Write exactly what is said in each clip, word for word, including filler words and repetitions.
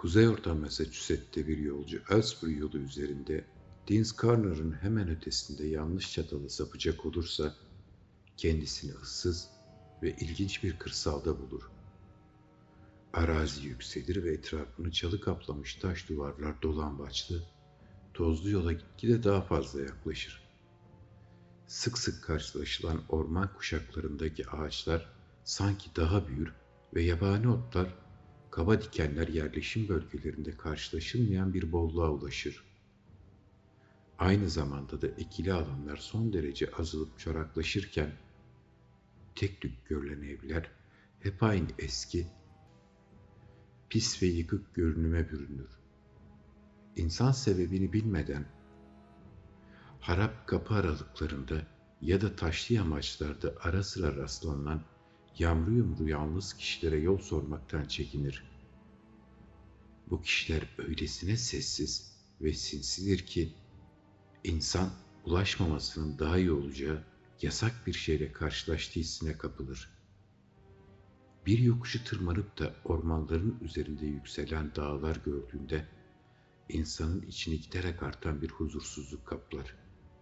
Kuzeyorta Massachusetts'te bir yolcu Ellsbury yolu üzerinde Deans Corner'ın hemen ötesinde yanlış çatala sapacak olursa kendisini ıssız ve ilginç bir kırsalda bulur. Arazi yükselir ve etrafını çalı kaplamış taş duvarlar dolambaçlı, tozlu yola gitgide daha fazla yaklaşır. Sık sık karşılaşılan orman kuşaklarındaki ağaçlar sanki daha büyür ve yabani otlar, kaba dikenler yerleşim bölgelerinde karşılaşılmayan bir bolluğa ulaşır. Aynı zamanda da ekili alanlar son derece azılıp çoraklaşırken, tek tük görülen evler hep aynı eski, pis ve yıkık görünüme bürünür. İnsan sebebini bilmeden, harap kapı aralıklarında ya da taşlı yamaçlarda ara sıra rastlanan yamru yumru yalnız kişilere yol sormaktan çekinir. Bu kişiler öylesine sessiz ve sinsidir ki, insan ulaşmamasının daha iyi olacağı yasak bir şeyle karşılaştığı hissine kapılır. Bir yokuşu tırmanıp da ormanların üzerinde yükselen dağlar gördüğünde, insanın içini giderek artan bir huzursuzluk kaplar.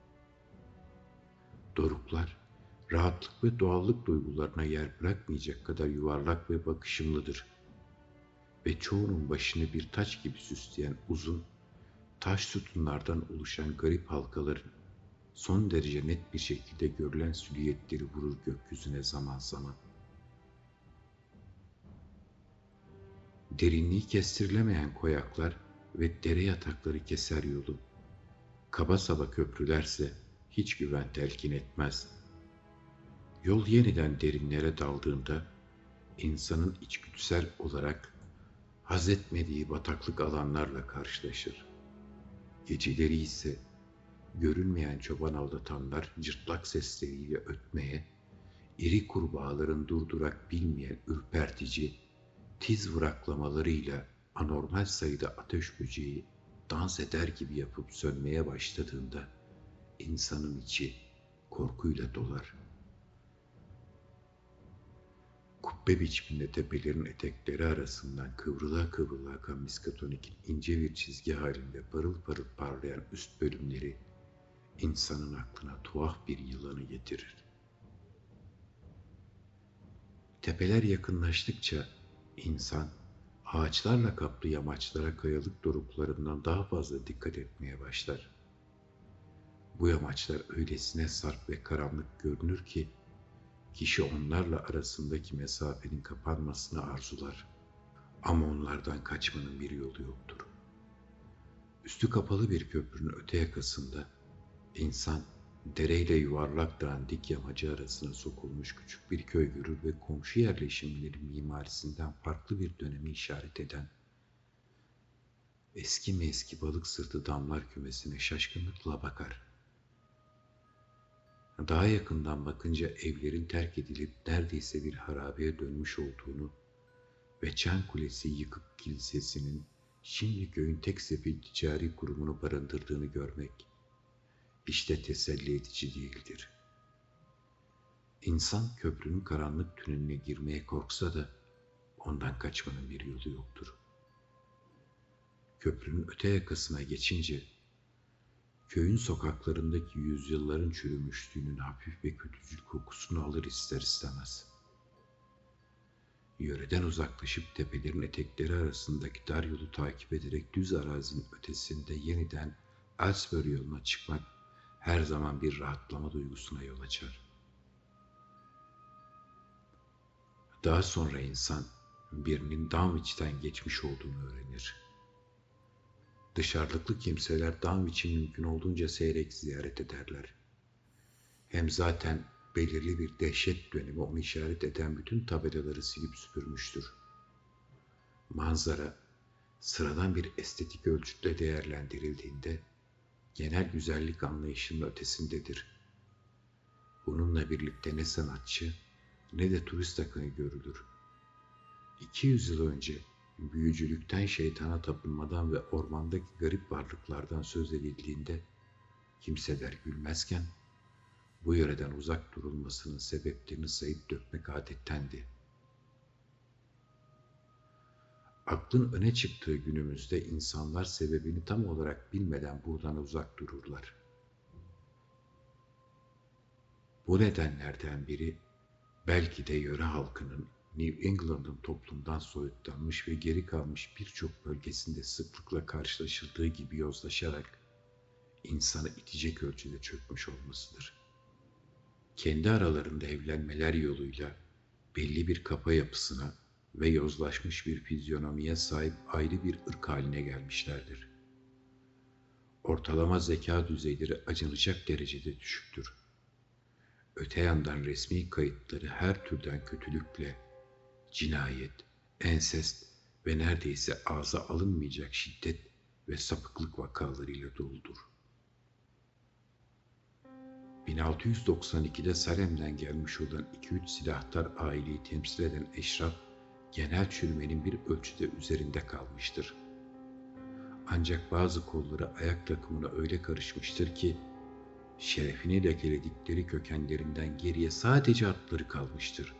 Doruklar, rahatlık ve doğallık duygularına yer bırakmayacak kadar yuvarlak ve bakışımlıdır. Ve çoğunun başını bir taç gibi süsleyen uzun, taş sütunlardan oluşan garip halkaların son derece net bir şekilde görülen silüetleri vurur gökyüzüne zaman zaman. Derinliği kestirilemeyen koyaklar ve dere yatakları keser yolu. Kaba saba köprülerse hiç güven telkin etmez. Yol yeniden derinlere daldığında insanın içgüdüsel olarak haz etmediği bataklık alanlarla karşılaşır. Geceleri ise görünmeyen çoban avlatanlar cırtlak sesleriyle ötmeye, iri kurbağaların durdurak bilmeyen ürpertici, tiz vıraklamalarıyla anormal sayıda ateş böceği dans eder gibi yapıp sönmeye başladığında insanın içi korkuyla dolar. Kubbe biçiminde tepelerin etekleri arasından kıvrıla kıvrıla akan Miskatonik'in ince bir çizgi halinde parıl parıl parlayan üst bölümleri insanın aklına tuhaf bir yılanı getirir. Tepeler yakınlaştıkça insan ağaçlarla kaplı yamaçlara kayalık doruklarından daha fazla dikkat etmeye başlar. Bu yamaçlar öylesine sarp ve karanlık görünür ki kişi onlarla arasındaki mesafenin kapanmasını arzular. Ama onlardan kaçmanın bir yolu yoktur. Üstü kapalı bir köprünün öte yakasında insan dereyle yuvarlak dağın dik yamacı arasına sokulmuş küçük bir köy görür ve komşu yerleşimlerin mimarisinden farklı bir dönemi işaret eden eski mi eski balık sırtı damlar kümesine şaşkınlıkla bakar. Daha yakından bakınca evlerin terk edilip neredeyse bir harabeye dönmüş olduğunu ve Çan Kulesi yıkık kilisesinin şimdi köyün tek sefil ticari kurumunu barındırdığını görmek işte teselli edici değildir. İnsan köprünün karanlık tüneline girmeye korksa da ondan kaçmanın bir yolu yoktur. Köprünün öte yakasına geçince köyün sokaklarındaki yüzyılların çürümüşlüğünün hafif ve kötücül kokusunu alır ister istemez. Yöreden uzaklaşıp tepelerin etekleri arasındaki dar yolu takip ederek düz arazinin ötesinde yeniden Ellsbury yoluna çıkmak her zaman bir rahatlama duygusuna yol açar. Daha sonra insan birinin Dunwich'ten geçmiş olduğunu öğrenir. Dışarılıklı kimseler Dunwich'i mümkün olduğunca seyrek ziyaret ederler. Hem zaten belirli bir dehşet dönemi onu işaret eden bütün tabelaları silip süpürmüştür. Manzara sıradan bir estetik ölçütle değerlendirildiğinde genel güzellik anlayışının ötesindedir. Bununla birlikte ne sanatçı ne de turist akını görülür. iki yüz yıl önce büyücülükten, şeytana tapınmadan ve ormandaki garip varlıklardan söz edildiğinde kimseler gülmezken bu yöreden uzak durulmasının sebeplerini sayıp dökmek adettendi. Aklın öne çıktığı günümüzde insanlar sebebini tam olarak bilmeden buradan uzak dururlar. Bu nedenlerden biri belki de yöre halkının New England'ın toplumdan soyutlanmış ve geri kalmış birçok bölgesinde sıklıkla karşılaşıldığı gibi yozlaşarak insanı itecek ölçüde çökmüş olmasıdır. Kendi aralarında evlenmeler yoluyla belli bir kafa yapısına ve yozlaşmış bir fizyonomiye sahip ayrı bir ırk haline gelmişlerdir. Ortalama zeka düzeyleri acınacak derecede düşüktür. Öte yandan resmi kayıtları her türden kötülükle, cinayet, ensest ve neredeyse ağza alınmayacak şiddet ve sapıklık vakalarıyla doludur. bin altı yüz doksan ikide Salem'den gelmiş olan iki üç silahtar aileyi temsil eden eşraf, genel çürümenin bir ölçüde üzerinde kalmıştır. Ancak bazı kolları ayak takımına öyle karışmıştır ki, şerefini lekeledikleri kökenlerinden geriye sadece adları kalmıştır.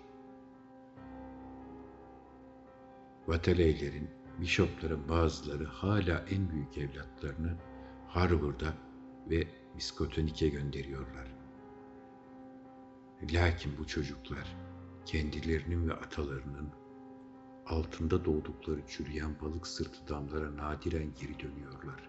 Vateleylerin, bişopların bazıları hala en büyük evlatlarını Harvard'a ve Miskotonik'e gönderiyorlar. Lakin bu çocuklar kendilerinin ve atalarının altında doğdukları çürüyen balık sırtı damlara nadiren geri dönüyorlar.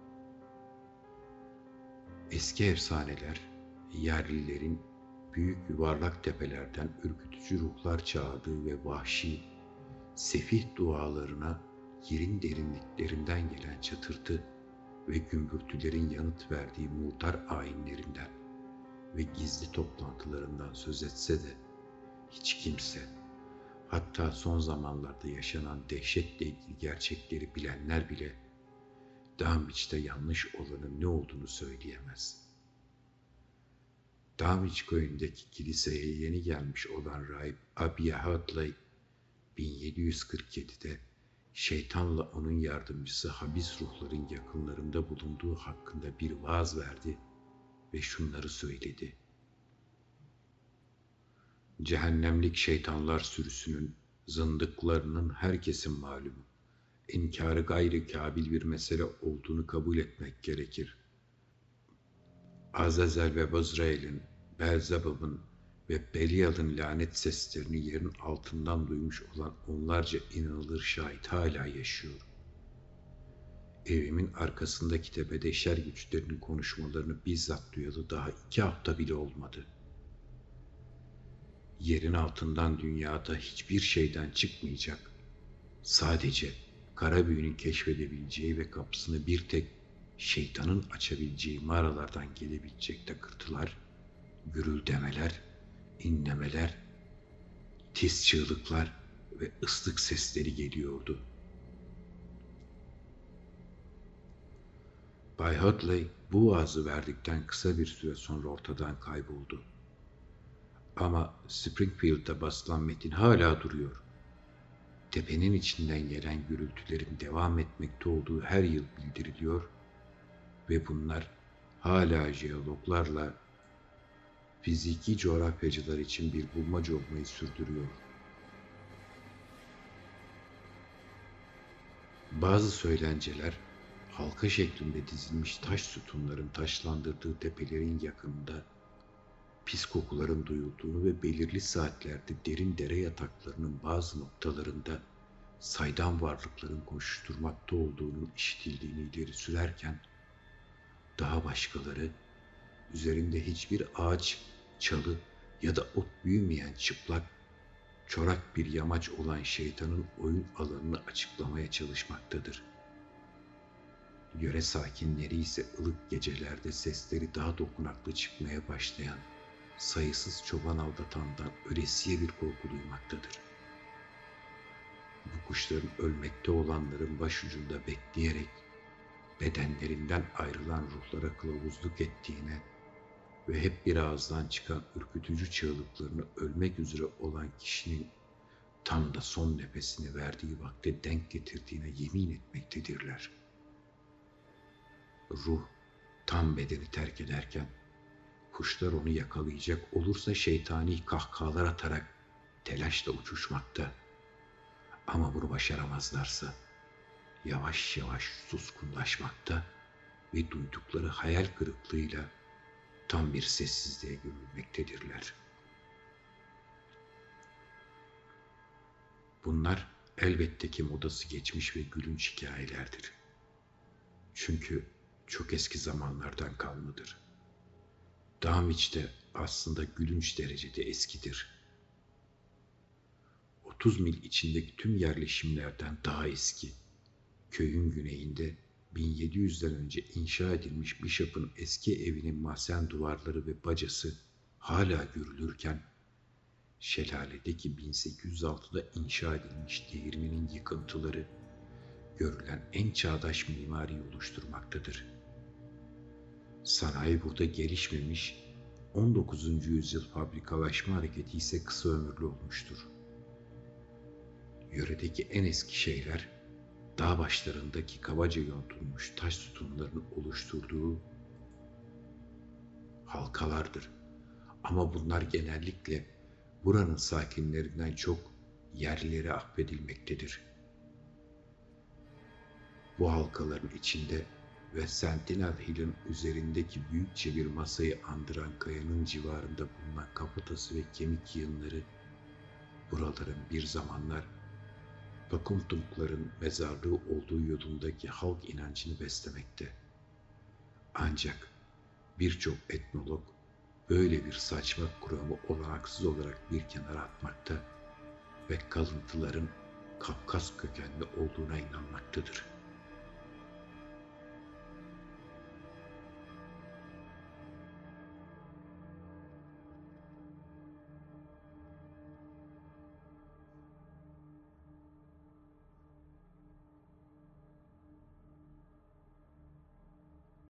Eski efsaneler, yerlilerin büyük yuvarlak tepelerden ürkütücü ruhlar çağırdığı ve vahşi, sefih dualarına yerin derinliklerinden gelen çatırtı ve gümbürtülerin yanıt verdiği murdar ayinlerinden ve gizli toplantılarından söz etse de hiç kimse, hatta son zamanlarda yaşanan dehşetle ilgili gerçekleri bilenler bile Dunwich'te yanlış olanın ne olduğunu söyleyemez. Dunwich köyündeki kiliseye yeni gelmiş olan rahip Abia Hadley, bin yedi yüz kırk yedide şeytanla onun yardımcısı habis ruhların yakınlarında bulunduğu hakkında bir vaaz verdi ve şunları söyledi. Cehennemlik şeytanlar sürüsünün, zındıklarının herkesin malumu, inkarı gayri kabil bir mesele olduğunu kabul etmek gerekir. Azazel ve Bazrail'in, Belzebub'un ve Belial'ın lanet seslerini yerin altından duymuş olan onlarca inanılır şahit hala yaşıyor. Evimin arkasındaki tepede şer güçlerinin konuşmalarını bizzat duyalı daha iki hafta bile olmadı. Yerin altından dünyada hiçbir şeyden çıkmayacak, sadece kara büyünün keşfedebileceği ve kapısını bir tek şeytanın açabileceği mağaralardan gelebilecek takırtılar, gürüldemeler, inlemeler, tiz çığlıklar ve ıslık sesleri geliyordu. Bay Hadley bu vaazı verdikten kısa bir süre sonra ortadan kayboldu. Ama Springfield'da basılan metin hala duruyor. Tepenin içinden gelen gürültülerin devam etmekte olduğu her yıl bildiriliyor ve bunlar hala jeologlarla fiziki coğrafyacılar için bir bulmaca olmayı sürdürüyor. Bazı söylenceler, halka şeklinde dizilmiş taş sütunların taşlandırdığı tepelerin yakınında pis kokuların duyulduğunu ve belirli saatlerde derin dere yataklarının bazı noktalarında saydam varlıkların koşuşturmakta olduğunun işitildiğini ileri sürerken, daha başkaları üzerinde hiçbir ağaç, çalı ya da ot büyümeyen çıplak, çorak bir yamaç olan şeytanın oyun alanını açıklamaya çalışmaktadır. Yöre sakinleri ise ılık gecelerde sesleri daha dokunaklı çıkmaya başlayan sayısız çoban aldatandan ölesiye bir korku duymaktadır. Bu kuşların ölmekte olanların başucunda bekleyerek bedenlerinden ayrılan ruhlara kılavuzluk ettiğine ve hep bir ağızdan çıkan ürkütücü çığlıklarını ölmek üzere olan kişinin tam da son nefesini verdiği vakte denk getirdiğine yemin etmektedirler. Ruh tam bedeni terk ederken kuşlar onu yakalayacak olursa şeytani kahkahalar atarak telaşla uçuşmakta. Ama bunu başaramazlarsa yavaş yavaş suskunlaşmakta ve duydukları hayal kırıklığıyla tam bir sessizliğe gömülmektedirler. Bunlar elbette ki modası geçmiş ve gülünç hikayelerdir. Çünkü çok eski zamanlardan kalmadır. Dağmiç de aslında gülünç derecede eskidir. otuz mil içindeki tüm yerleşimlerden daha eski. Köyün güneyinde bin yedi yüzden önce inşa edilmiş Bishop'ın eski evinin mahzen duvarları ve bacası hala görülürken, şelaledeki bin sekiz yüz altıda inşa edilmiş değirmenin yıkıntıları görülen en çağdaş mimariyi oluşturmaktadır. Sanayi burada gelişmemiş, on dokuzuncu yüzyıl fabrikalaşma hareketi ise kısa ömürlü olmuştur. Yöredeki en eski şeyler, dağ başlarındaki kabaca yontulmuş taş sütunların oluşturduğu halkalardır. Ama bunlar genellikle buranın sakinlerinden çok yerlilere atfedilmektedir. Bu halkaların içinde ve Sentinel Hill'in üzerindeki büyükçe bir masayı andıran kayanın civarında bulunan kafatası ve kemik yığınları, buraların bir zamanlar Pakuntumkların mezarlığı olduğu yolundaki halk inancını beslemekte. Ancak birçok etnolog böyle bir saçma kuramı olanaksız olarak bir kenara atmakta ve kalıntıların Kafkas kökenli olduğuna inanmaktadır.